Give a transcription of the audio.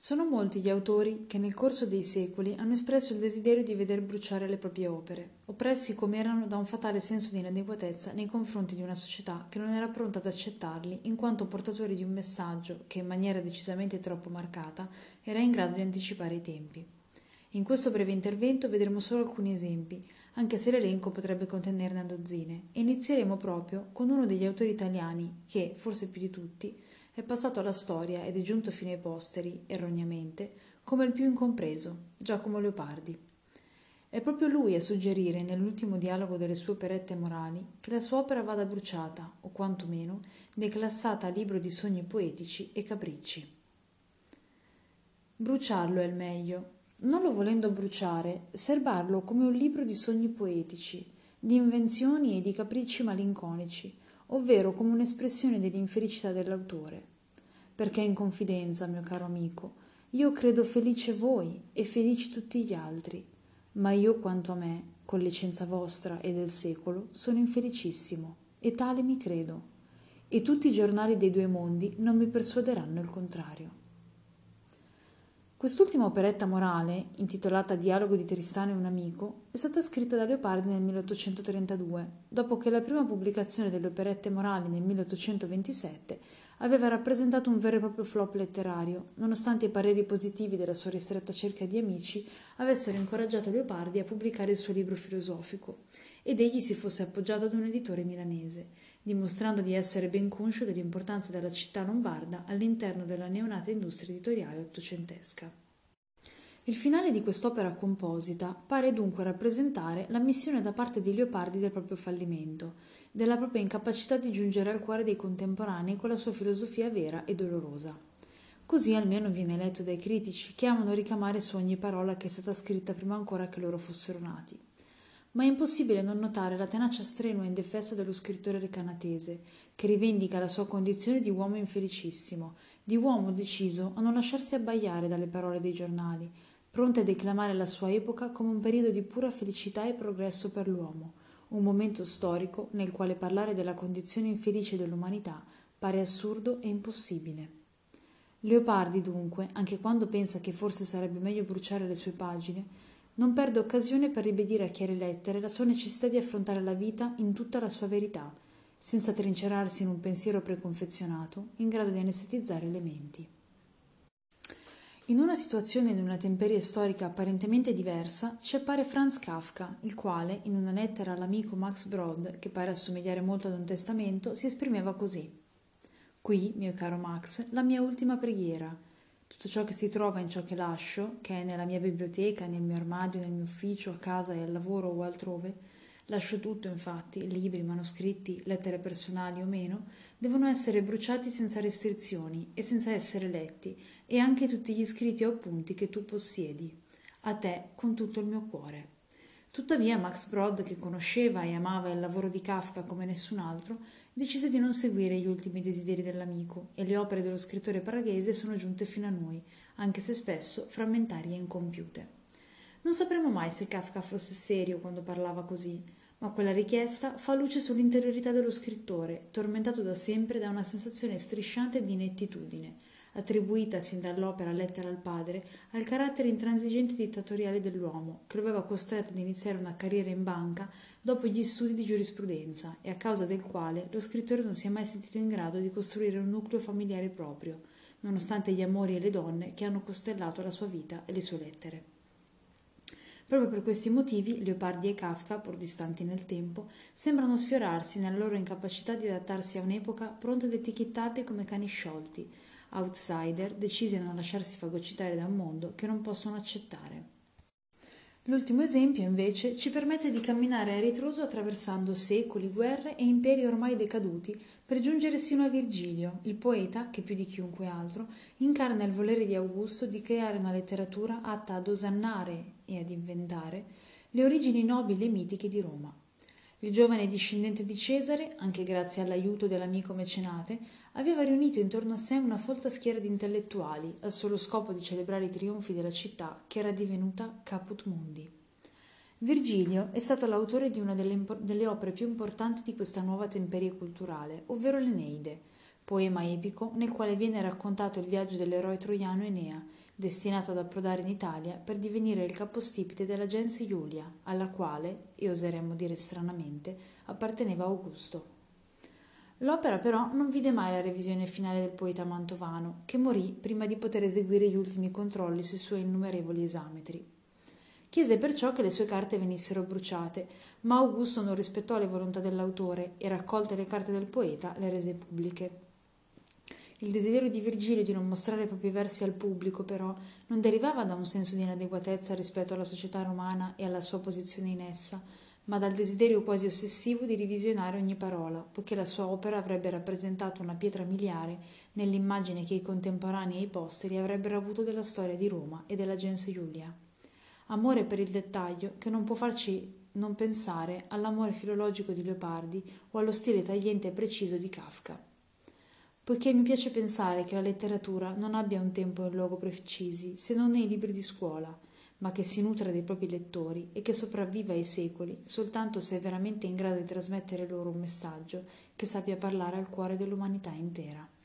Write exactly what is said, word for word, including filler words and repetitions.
Sono molti gli autori che nel corso dei secoli hanno espresso il desiderio di veder bruciare le proprie opere, oppressi come erano da un fatale senso di inadeguatezza nei confronti di una società che non era pronta ad accettarli in quanto portatori di un messaggio che, in maniera decisamente troppo marcata, era in grado di anticipare i tempi. In questo breve intervento vedremo solo alcuni esempi, anche se l'elenco potrebbe contenerne a dozzine, e inizieremo proprio con uno degli autori italiani che, forse più di tutti, è passato alla storia ed è giunto fino ai posteri, erroneamente, come il più incompreso, Giacomo Leopardi. È proprio lui a suggerire, nell'ultimo dialogo delle sue operette morali, che la sua opera vada bruciata, o quantomeno declassata a libro di sogni poetici e capricci. Bruciarlo è il meglio, non lo volendo bruciare, serbarlo come un libro di sogni poetici, di invenzioni e di capricci malinconici, ovvero come un'espressione dell'infelicità dell'autore. Perché in confidenza, mio caro amico, io credo felice voi e felici tutti gli altri, ma io quanto a me, con licenza vostra e del secolo, sono infelicissimo, e tale mi credo, e tutti i giornali dei due mondi non mi persuaderanno il contrario. Quest'ultima operetta morale, intitolata Dialogo di Tristano e un amico, è stata scritta da Leopardi nel milleottocentotrentadue, dopo che la prima pubblicazione delle operette morali nel milleottocentoventisette aveva rappresentato un vero e proprio flop letterario, nonostante i pareri positivi della sua ristretta cerchia di amici avessero incoraggiato Leopardi a pubblicare il suo libro filosofico, ed egli si fosse appoggiato ad un editore milanese, dimostrando di essere ben conscio dell'importanza della città lombarda all'interno della neonata industria editoriale ottocentesca. Il finale di quest'opera composita pare dunque rappresentare l'ammissione da parte di Leopardi del proprio fallimento, della propria incapacità di giungere al cuore dei contemporanei con la sua filosofia vera e dolorosa. Così almeno viene letto dai critici, che amano ricamare su ogni parola che è stata scritta prima ancora che loro fossero nati. Ma è impossibile non notare la tenacia strenua e indefessa dello scrittore recanatese, che rivendica la sua condizione di uomo infelicissimo, di uomo deciso a non lasciarsi abbaiare dalle parole dei giornali, pronto a declamare la sua epoca come un periodo di pura felicità e progresso per l'uomo, un momento storico nel quale parlare della condizione infelice dell'umanità pare assurdo e impossibile. Leopardi, dunque, anche quando pensa che forse sarebbe meglio bruciare le sue pagine, non perde occasione per ribadire a chiare lettere la sua necessità di affrontare la vita in tutta la sua verità, senza trincerarsi in un pensiero preconfezionato in grado di anestetizzare le menti. In una situazione di una temperie storica apparentemente diversa ci appare Franz Kafka, il quale, in una lettera all'amico Max Brod, che pare assomigliare molto ad un testamento, si esprimeva così: «Qui, mio caro Max, la mia ultima preghiera. Tutto ciò che si trova in ciò che lascio, che è nella mia biblioteca, nel mio armadio, nel mio ufficio, a casa e al lavoro o altrove, lascio tutto infatti, libri, manoscritti, lettere personali o meno, devono essere bruciati senza restrizioni e senza essere letti, e anche tutti gli scritti o appunti che tu possiedi. A te con tutto il mio cuore». Tuttavia Max Brod, che conosceva e amava il lavoro di Kafka come nessun altro, decise di non seguire gli ultimi desideri dell'amico, e le opere dello scrittore praghese sono giunte fino a noi, anche se spesso frammentarie e incompiute. Non sapremo mai se Kafka fosse serio quando parlava così, ma quella richiesta fa luce sull'interiorità dello scrittore, tormentato da sempre da una sensazione strisciante di inettitudine, attribuita sin dall'opera Lettera al padre al carattere intransigente e dittatoriale dell'uomo, che lo aveva costretto ad iniziare una carriera in banca dopo gli studi di giurisprudenza, e a causa del quale lo scrittore non si è mai sentito in grado di costruire un nucleo familiare proprio, nonostante gli amori e le donne che hanno costellato la sua vita e le sue lettere. Proprio per questi motivi Leopardi e Kafka, pur distanti nel tempo, sembrano sfiorarsi nella loro incapacità di adattarsi a un'epoca pronta ad etichettarli come cani sciolti, outsider decisi a non lasciarsi fagocitare da un mondo che non possono accettare. L'ultimo esempio, invece, ci permette di camminare a ritroso attraversando secoli, guerre e imperi ormai decaduti per giungere sino a Virgilio, il poeta che più di chiunque altro incarna il volere di Augusto di creare una letteratura atta ad osannare e ad inventare le origini nobili e mitiche di Roma. Il giovane discendente di Cesare, anche grazie all'aiuto dell'amico mecenate, aveva riunito intorno a sé una folta schiera di intellettuali, al solo scopo di celebrare i trionfi della città che era divenuta caput mundi. Virgilio è stato l'autore di una delle, delle opere più importanti di questa nuova temperie culturale, ovvero l'Eneide, poema epico nel quale viene raccontato il viaggio dell'eroe troiano Enea, destinato ad approdare in Italia per divenire il capostipite della gens Iulia, alla quale, e oseremmo dire stranamente, apparteneva Augusto. L'opera però non vide mai la revisione finale del poeta mantovano, che morì prima di poter eseguire gli ultimi controlli sui suoi innumerevoli esametri. Chiese perciò che le sue carte venissero bruciate, ma Augusto non rispettò le volontà dell'autore e, raccolte le carte del poeta, le rese pubbliche. Il desiderio di Virgilio di non mostrare i propri versi al pubblico, però, non derivava da un senso di inadeguatezza rispetto alla società romana e alla sua posizione in essa, ma dal desiderio quasi ossessivo di revisionare ogni parola, poiché la sua opera avrebbe rappresentato una pietra miliare nell'immagine che i contemporanei e i posteri avrebbero avuto della storia di Roma e della gens Iulia. Amore per il dettaglio che non può farci non pensare all'amore filologico di Leopardi o allo stile tagliente e preciso di Kafka. Poiché mi piace pensare che la letteratura non abbia un tempo e un luogo precisi, se non nei libri di scuola, ma che si nutra dei propri lettori e che sopravviva ai secoli soltanto se è veramente in grado di trasmettere loro un messaggio che sappia parlare al cuore dell'umanità intera.